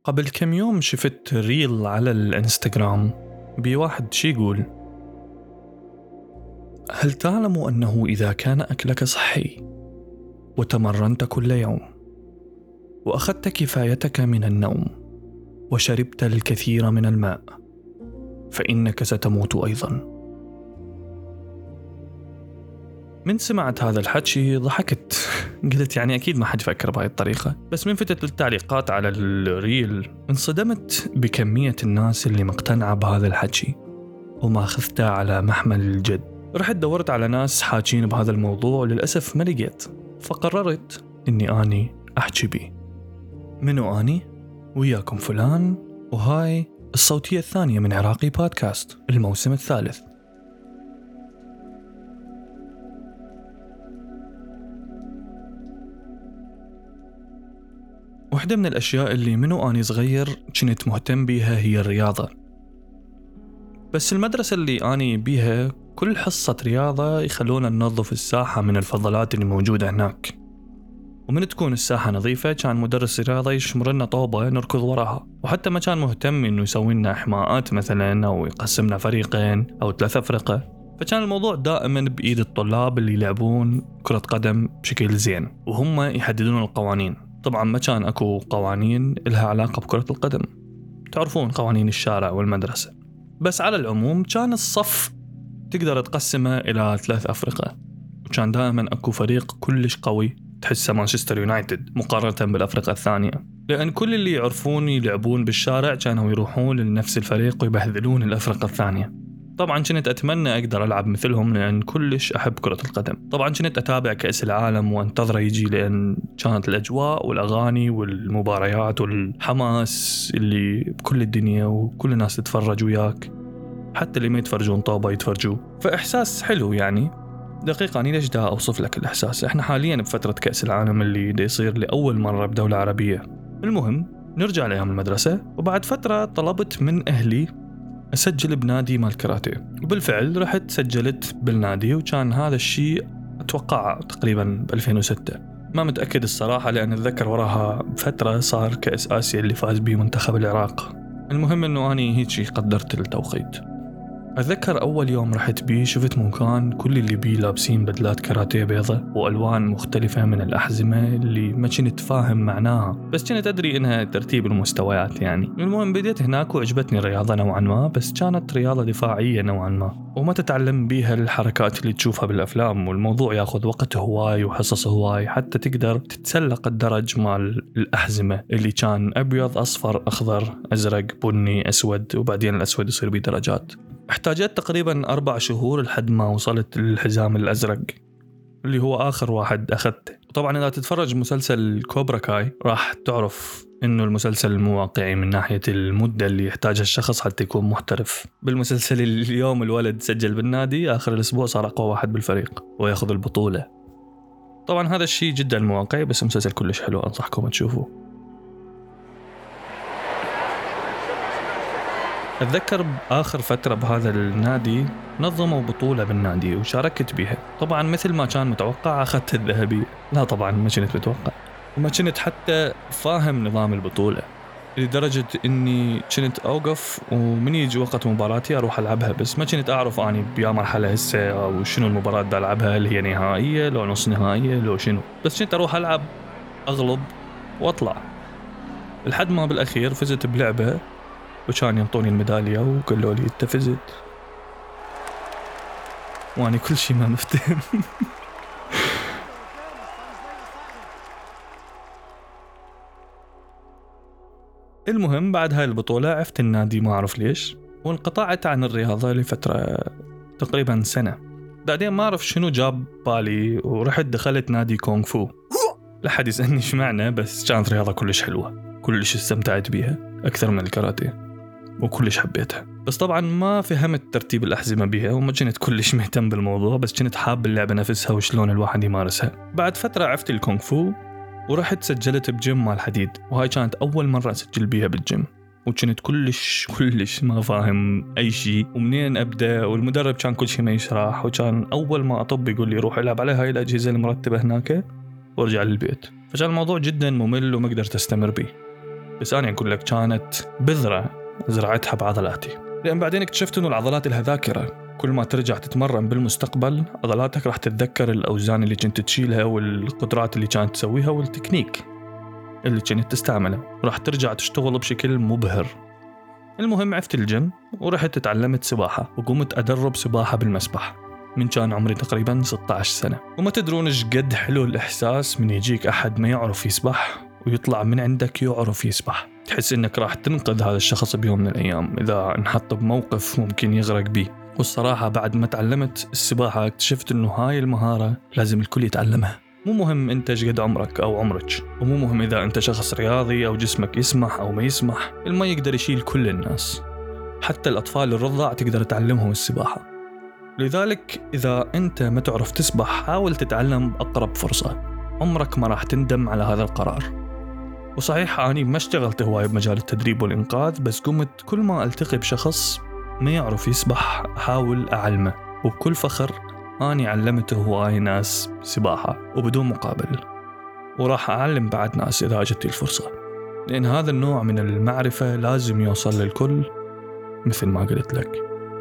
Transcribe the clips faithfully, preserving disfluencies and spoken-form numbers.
قبل كم يوم شفت ريل على الانستغرام بواحد شي يقول: هل تعلم أنه إذا كان أكلك صحي وتمرنت كل يوم وأخذت كفايتك من النوم وشربت الكثير من الماء فإنك ستموت أيضا؟ من سمعت هذا الحكي ضحكت، قلت يعني أكيد ما حد فكر بهاي الطريقة. بس من فتت التعليقات على الريل انصدمت بكمية الناس اللي مقتنعة بهذا الحكي وما أخذتها على محمل الجد. رحت دورت على ناس حاكين بهذا الموضوع، للأسف ما لقيت، فقررت إني أني أحكي بيه. منو أني؟ وياكم فلان، وهاي الصوتية الثانية من عراقي بودكاست الموسم الثالث. واحدة من الأشياء اللي منو أني صغير كنت مهتم بيها هي الرياضة، بس المدرسة اللي أني بيها كل حصة رياضة يخلونا ننظف الساحة من الفضلات اللي موجودة هناك، ومن تكون الساحة نظيفة كان مدرس الرياضة يشمر لنا طوبة نركض وراها، وحتى ما كان مهتم إنه يسوي لنا إحماءات مثلا أو يقسمنا فريقين أو ثلاثة فرقة، فكان الموضوع دائما بإيد الطلاب اللي يلعبون كرة قدم بشكل زين وهم يحددون القوانين. طبعا ما كان أكو قوانين لها علاقة بكرة القدم، تعرفون قوانين الشارع والمدرسة، بس على العموم كان الصف تقدر تقسمه إلى ثلاث أفرقة، وكان دائما أكو فريق كلش قوي تحسه مانشستر يونايتد مقارنة بالأفرقة الثانية، لأن كل اللي يعرفون يلعبون بالشارع كانوا يروحون لنفس الفريق ويبهذلون الأفرقة الثانية. طبعا كنت أتمنى أقدر ألعب مثلهم لأن كلش أحب كرة القدم. طبعا كنت أتابع كأس العالم وانتظر يجي، لأن كانت الأجواء والأغاني والمباريات والحماس اللي بكل الدنيا وكل الناس تتفرج وياك، حتى اللي ما يتفرجون طابة يتفرجوا، فإحساس حلو يعني. دقيقة أنا ليش دا أوصف لك الإحساس؟ إحنا حاليا بفترة كأس العالم اللي دا يصير لأول مرة بدولة عربية. المهم نرجع لأيام المدرسة، وبعد فترة طلبت من أهلي أسجل بنادي مال كاراتيه، وبالفعل رحت سجلت بالنادي، وكان هذا الشيء أتوقع تقريبا ب ألفين وستة، ما متأكد الصراحة لأن أتذكر وراها فترة صار كأس آسيا اللي فاز به منتخب العراق. المهم أنه أنا هيك قدرت التوقيت. أتذكر أول يوم رحت بيه شفت مكان كل اللي بيه لابسين بدلات كاراتيه بيضة وألوان مختلفة من الأحزمة اللي ما كنت فاهم معناها، بس كنت أدري إنها ترتيب المستويات يعني. المهم بديت هناك وعجبتني الرياضة نوعا ما، بس كانت رياضة دفاعية نوعا ما وما تتعلم بيها الحركات اللي تشوفها بالأفلام، والموضوع ياخذ وقت هواي وحصص هواي حتى تقدر تتسلق الدرج مال الأحزمة اللي كان أبيض أصفر أخضر أزرق بني أسود، وبعدين الأسود يصير بيه درجات. احتاجت تقريبا أربع شهور لحد ما وصلت للحزام الأزرق اللي هو آخر واحد أخذته. طبعا إذا تتفرج مسلسل كوبرا كاي راح تعرف إنه المسلسل مو واقعي من ناحية المدة اللي يحتاجها الشخص حتى يكون محترف. بالمسلسل اليوم الولد سجل بالنادي، آخر الأسبوع صار أقوى واحد بالفريق ويأخذ البطولة. طبعا هذا الشيء جدا مو واقعي، بس مسلسل كلش حلو أنصحكم تشوفوه. أتذكر بآخر فترة بهذا النادي نظموا بطولة بالنادي وشاركت بها. طبعا مثل ما كان متوقع أخذت الذهبية. لا طبعا ما كنت متوقع وما كنت حتى فاهم نظام البطولة، لدرجة إني كنت أوقف ومن يجي وقت مباراتي أروح ألعبها، بس ما كنت أعرف أني بيا مرحلة هسه أو شنو المباراة دا ألعبها، اللي هي نهائية لو نص نهائية لو شنو، بس كنت أروح ألعب أغلب وأطلع، لحد ما بالأخير فزت بلعبة وكان ينطوني الميدالية وقالوا لي انت فزت، واني كل شيء ما مفتهم. المهم بعد هاي البطولة عفت النادي ما أعرف ليش، وانقطعت عن الرياضة لفترة تقريبا سنة. بعدين ما أعرف شنو جاب بالي ورحت دخلت نادي كونغ فو. لحد يسألني ايش معنى، بس كانت رياضة كلش حلوة، كلش استمتعت بيها أكثر من الكاراتيه وكلش حبيتها. بس طبعا ما فهمت ترتيب الأحزمة بها وما كنت كلش مهتم بالموضوع، بس كنت حاب اللعبة نفسها وشلون الواحد يمارسها. بعد فترة عرفت الكونغ فو ورحت سجلت بجيم مال حديد، وهاي كانت أول مرة أسجل بيها بالجيم، وكنت كلش كلش ما فاهم أي شيء ومنين أبدأ، والمدرب كان كل شيء ما يشرح، وكان أول ما أطب يقول لي روح العب على هاي الأجهزة المرتبة هناك وارجع للبيت، فكان الموضوع جدا ممل وما قدرت أستمر بيه. بس أنا أقول لك كانت بذرة زرعتها بعضلاتي، لأن بعدين اكتشفت إنه العضلات لها ذاكرة. كل ما ترجع تتمرن بالمستقبل عضلاتك راح تتذكر الأوزان اللي كنت تشيلها والقدرات اللي كانت تسويها والتكنيك اللي كنت تستعمله، راح ترجع تشتغل بشكل مبهر. المهم عفت الجيم ورحت تعلمت سباحة وقمت أدرب سباحة بالمسبح من كان عمري تقريبا ستة عشر سنة. وما تدرون إيش قد حلو الإحساس من يجيك أحد ما يعرف يسبح ويطلع من عندك يعرف يسبح. تحس إنك راح تنقذ هذا الشخص بيوم من الأيام إذا انحط بموقف ممكن يغرق بيه. والصراحة بعد ما تعلمت السباحة اكتشفت إنه هاي المهارة لازم الكل يتعلمها. مو مهم أنت إيش قد عمرك أو عمرك، ومو مهم إذا أنت شخص رياضي أو جسمك يسمح أو ما يسمح، الماء يقدر يشيل كل الناس، حتى الأطفال الرضع تقدر تعلمهم السباحة. لذلك إذا أنت ما تعرف تسبح حاول تتعلم بأقرب فرصة، عمرك ما راح تندم على هذا القرار. وصحيح أنا ما اشتغلت هواي بمجال التدريب والإنقاذ، بس قمت كل ما ألتقي بشخص ما يعرف يسبح أحاول أعلمه، وبكل فخر أنا علمته هواي ناس سباحة وبدون مقابل، وراح أعلم بعد ناس إذا أجتني الفرصة، لأن هذا النوع من المعرفة لازم يوصل للكل مثل ما قلت لك.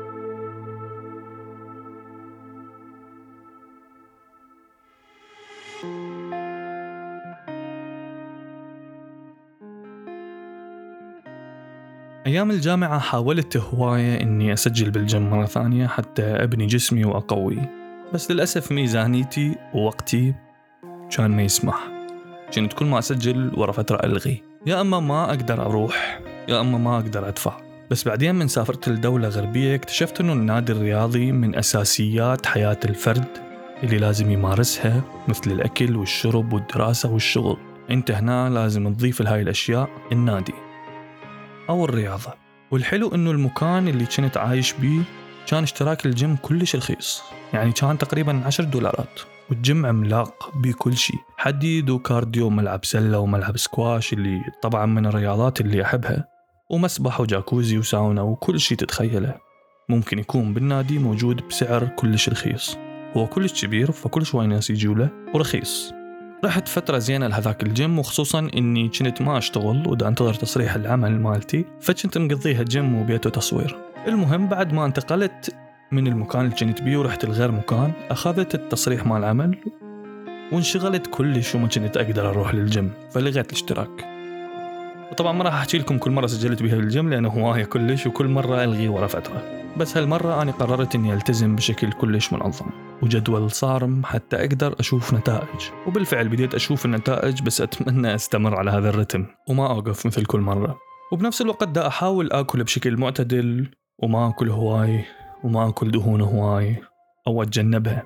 أيام الجامعة حاولت هواية إني أسجل بالجيم مرة ثانية حتى أبني جسمي وأقوي، بس للأسف ميزانيتي ووقتي كان ما يسمح. كنت كل ما أسجل ورا فترة ألغي، يا أما ما أقدر أروح يا أما ما أقدر أدفع. بس بعدين من سافرت لدولة غربية اكتشفت إنه النادي الرياضي من أساسيات حياة الفرد اللي لازم يمارسها، مثل الأكل والشرب والدراسة والشغل. أنت هنا لازم تضيف لهاي الأشياء النادي أو الرياضة. والحلو إنه المكان اللي كنت عايش بيه كان اشتراك الجيم كلش رخيص، يعني كان تقريبا عشر دولارات، والجيم عملاق بكل شيء، حديد وكارديو وملعب سلة وملعب سكواش اللي طبعا من الرياضات اللي أحبها، ومسبح وجاكوزي وساونا وكل شيء تتخيله ممكن يكون بالنادي موجود بسعر كلش رخيص. هو كلش كبير فكلش وايد ناس يجوا له ورخيص. رحت فترة زينة لهذاك الجيم، وخصوصا إني كنت ما أشتغل ودا أنتظر تصريح العمل مالتي، فكنت مقضيها جيم وبيت وتصوير. المهم بعد ما انتقلت من المكان اللي كنت بيه ورحت لغير مكان، أخذت التصريح مال العمل وانشغلت كلش وما كنت أقدر أروح للجيم، فلغيت الاشتراك. وطبعا ما راح أحكي لكم كل مرة سجلت بيها بالجيم لأنه هواية كلش وكل مرة ألغي ورا فترة، بس هالمرة أنا قررت إني ألتزم بشكل كلش منظم وجدول صارم حتى أقدر أشوف نتائج. وبالفعل بديت أشوف النتائج، بس أتمنى أستمر على هذا الرتم وما أوقف مثل كل مرة. وبنفس الوقت دا أحاول أكل بشكل معتدل وما أكل هواي وما أكل دهون هواي أو أتجنبها.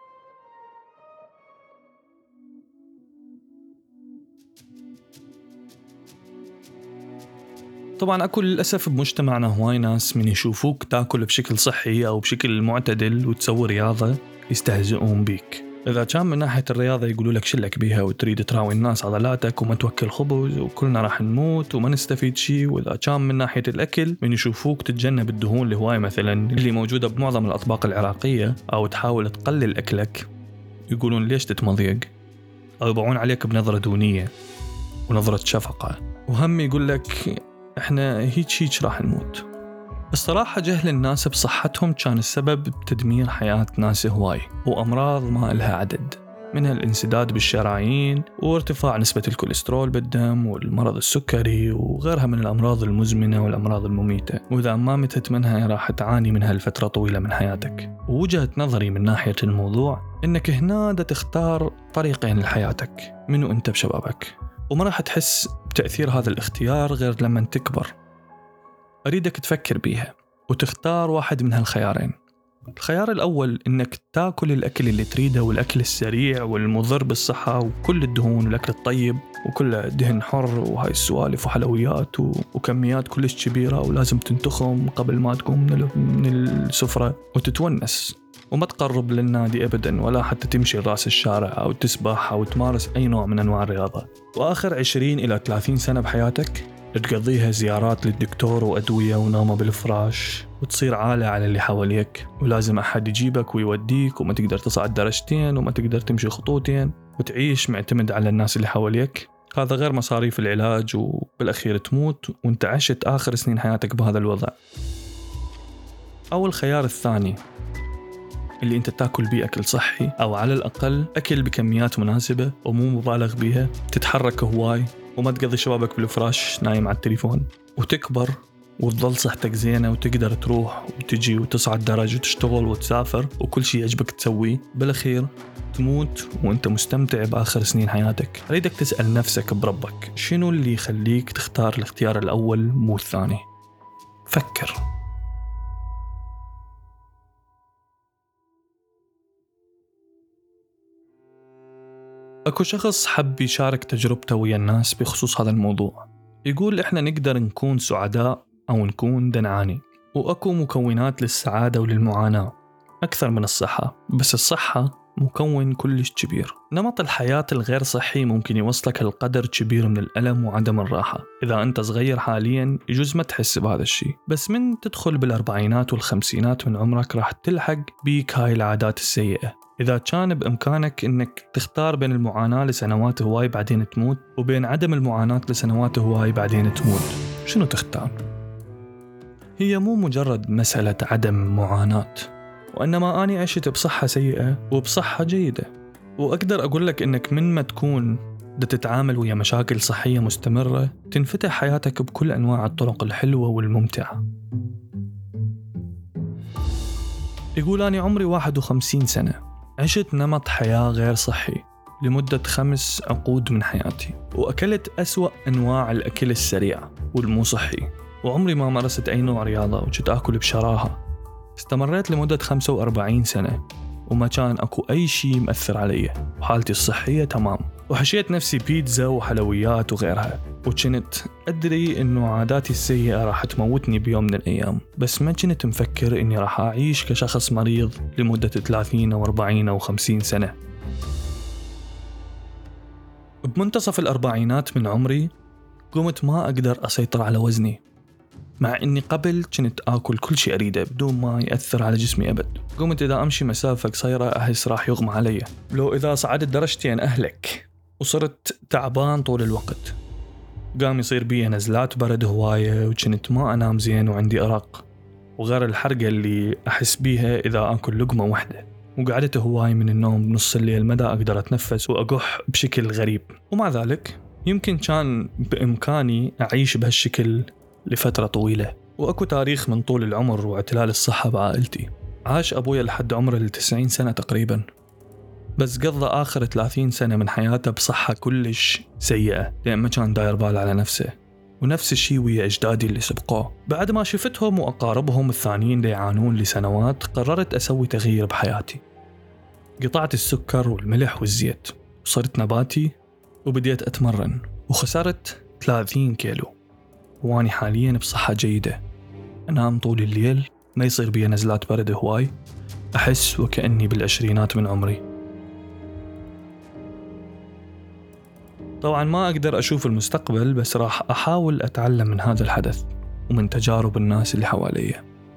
طبعا أكل للأسف بمجتمعنا هواي ناس من يشوفوك تاكل بشكل صحي أو بشكل معتدل وتسوي رياضة يستهزئون بيك. إذا كان من ناحية الرياضة يقولوا لك شلك بيها وتريد تراوي الناس عضلاتك وما توكل خبز وكلنا راح نموت وما نستفيد شيء. وإذا كان من ناحية الأكل من يشوفوك تتجنب الدهون الهواي مثلا اللي موجودة بمعظم الأطباق العراقية، أو تحاول تقلل أكلك يقولون ليش تتمضيق، أو يضعون عليك بنظرة دونية ونظرة شفقة، وهم يقول لك إحنا هيك هيك راح نموت. الصراحة جهل الناس بصحتهم كان السبب بتدمير حياة ناس هواي، وأمراض ما لها عدد، منها الانسداد بالشرايين وارتفاع نسبة الكوليسترول بالدم والمرض السكري وغيرها من الأمراض المزمنة والأمراض المميتة، وإذا ما متت منها راح تعاني منها لفترة طويلة من حياتك. ووجهة نظري من ناحية الموضوع إنك هنا دا تختار طريقين لحياتك منو أنت بشبابك، وما راح تحس بتأثير هذا الاختيار غير لما تكبر. أريدك تفكر بيها وتختار واحد من هالخيارين. الخيار الأول إنك تاكل الأكل اللي تريده، والأكل السريع والمضر بالصحة وكل الدهون، والأكل الطيب وكل دهن حر وهاي السوالف وحلويات وكميات كلش كبيرة، ولازم تنتخم قبل ما تقوم من السفرة وتتونس، وما تقرب للنادي أبدا ولا حتى تمشي لراس الشارع أو تسبح أو تمارس أي نوع من أنواع الرياضة. وآخر عشرين إلى ثلاثين سنة بحياتك تقضيها زيارات للدكتور وأدوية ونومة بالفراش، وتصير عالة على اللي حواليك، ولازم أحد يجيبك ويوديك، وما تقدر تصعد درجتين وما تقدر تمشي خطوتين، وتعيش معتمد على الناس اللي حواليك. هذا غير مصاريف العلاج، وبالأخير تموت وانت عشت آخر سنين حياتك بهذا الوضع. أو الخيار الثاني اللي انت تاكل بيه أكل صحي، أو على الأقل أكل بكميات مناسبة ومو مبالغ بيها، تتحرك هواي وما تقضي شبابك بالفراش نايم على التليفون، وتكبر وتظل صحتك زينة وتقدر تروح وتجي وتصعد درج وتشتغل وتسافر وكل شيء يعجبك تسويه. بالأخير تموت وانت مستمتع بآخر سنين حياتك. أريدك تسأل نفسك بربك، شنو اللي يخليك تختار الاختيار الأول مو الثاني؟ فكر. أكو شخص حب يشارك تجربته ويا الناس بخصوص هذا الموضوع. يقول إحنا نقدر نكون سعداء أو نكون دنعاني، وأكو مكونات للسعادة وللمعاناة أكثر من الصحة، بس الصحة مكون كلش كبير. نمط الحياة الغير صحي ممكن يوصلك لقدر كبير من الألم وعدم الراحة. إذا أنت صغير حالياً يجوز ما تحس بهذا الشيء، بس من تدخل بالأربعينات والخمسينات من عمرك راح تلحق بيك هاي العادات السيئة. إذا كان بإمكانك إنك تختار بين المعاناة لسنوات هواي بعدين تموت، وبين عدم المعاناة لسنوات هواي بعدين تموت، شنو تختار؟ هي مو مجرد مسألة عدم معاناة، وإنما أنا عشت بصحة سيئة وبصحة جيدة. وأقدر أقول لك إنك من ما تكون دا تتعامل ويا مشاكل صحية مستمرة، تنفتح حياتك بكل أنواع الطرق الحلوة والممتعة. يقول أنا عمري واحد وخمسين سنة، عشت نمط حياة غير صحي لمدة خمس عقود من حياتي، وأكلت أسوأ أنواع الأكل السريع والمو صحي، وعمري ما مارست أي نوع رياضة وجيت أكل بشراهة. استمريت لمدة خمسة وأربعين سنة وما كان أكو أي شيء مأثر علي، وحالتي الصحية تمام، وحشيت نفسي بيتزا وحلويات وغيرها، وكنت أدري إنه عاداتي السيئة راح تموتني بيوم من الأيام، بس ما كنت مفكر إني راح أعيش كشخص مريض لمدة ثلاثين أو أربعين أو خمسين سنة. بمنتصف الأربعينات من عمري قمت ما أقدر أسيطر على وزني، مع إني قبل كنت آكل كل شيء أريده بدون ما يأثر على جسمي أبد. قمت إذا أمشي مسافة قصيرة أحس راح يغمى علي، لو إذا صعدت درجتين أهلك، وصرت تعبان طول الوقت. قام يصير بي نزلات برد هواية، وكنت ما أنام زين وعندي أرق، وغير الحرقة اللي أحس بيها إذا آكل لقمة واحدة، وقعدت هواي من النوم بنص الليل مدى أقدر أتنفس وأقح بشكل غريب. ومع ذلك يمكن كان بإمكاني أعيش بهالشكل لفترة طويلة. وأكو تاريخ من طول العمر واعتلال الصحة بعائلتي. عاش أبويا لحد عمره التسعين سنة تقريبا، بس قضى آخر ثلاثين سنة من حياته بصحة كلش سيئة، لأن ما كان داير بال على نفسه. ونفس الشيء ويا أجدادي اللي سبقوه. بعد ما شفتهم وأقاربهم الثانيين اللي يعانون لسنوات، قررت أسوي تغيير بحياتي. قطعت السكر والملح والزيت، وصرت نباتي، وبديت أتمرن، وخسرت ثلاثين كيلو، واني حاليا بصحة جيدة. أنام طول الليل، ما يصير بي نزلات برد هواي، أحس وكأني بالعشرينات من عمري. طبعا ما أقدر أشوف المستقبل، بس راح أحاول أتعلم من هذا الحدث ومن تجارب الناس اللي حوالي.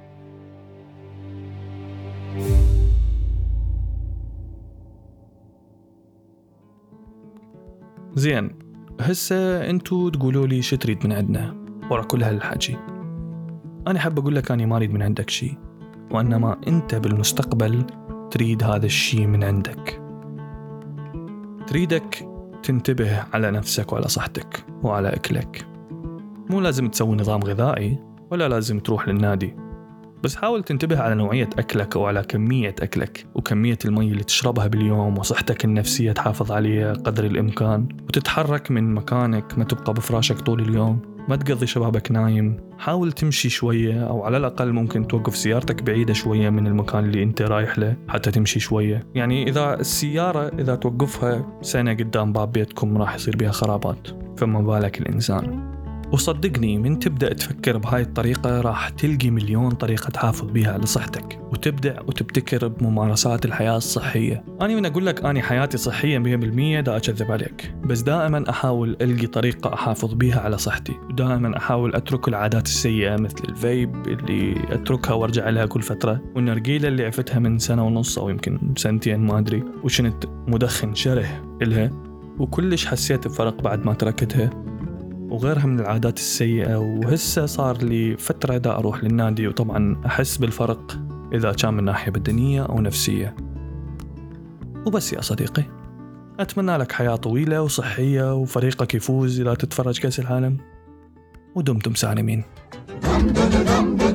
زين، هسه انتو تقولوا لي شو تريد من عندنا ورا كل هالحكي. أنا حاب أقول لك أنا ما أريد من عندك شيء، وإنما أنت بالمستقبل تريد هذا الشيء من عندك. تريدك تنتبه على نفسك وعلى صحتك وعلى أكلك. مو لازم تسوي نظام غذائي ولا لازم تروح للنادي، بس حاول تنتبه على نوعية أكلك وعلى كمية أكلك وكمية المي اللي تشربها باليوم، وصحتك النفسية تحافظ عليها قدر الإمكان، وتتحرك من مكانك، ما تبقى بفراشك طول اليوم، ما تقضي شبابك نايم. حاول تمشي شوية، أو على الأقل ممكن توقف سيارتك بعيدة شوية من المكان اللي أنت رايح له حتى تمشي شوية. يعني إذا السيارة إذا توقفها سنة قدام باب بيتكم راح يصير بها خرابات، فما بالك الإنسان. وصدقني من تبدأ تفكر بهاي الطريقة راح تلقي مليون طريقة تحافظ بيها على صحتك، وتبدأ وتبتكر بممارسات الحياة الصحية. أنا من أقول لك أنا حياتي صحية مية بالمية دا أكذب عليك، بس دائما أحاول ألقي طريقة أحافظ بيها على صحتي، ودائما أحاول أترك العادات السيئة مثل الفيب اللي أتركها وارجع لها كل فترة، والنرجيلة اللي عفتها من سنة ونص أو يمكن سنتين ما أدري، وشنت مدخن شره إلها. وكلش حسيت بفرق بعد ما تركتها وغيرها من العادات السيئة. وهسه صار لي فترة دا أروح للنادي، وطبعا أحس بالفرق إذا كان من ناحية بدنية أو نفسية. وبس يا صديقي، أتمنى لك حياة طويلة وصحية وفريقك يفوز إذا تتفرج كأس العالم، ودمتم سالمين.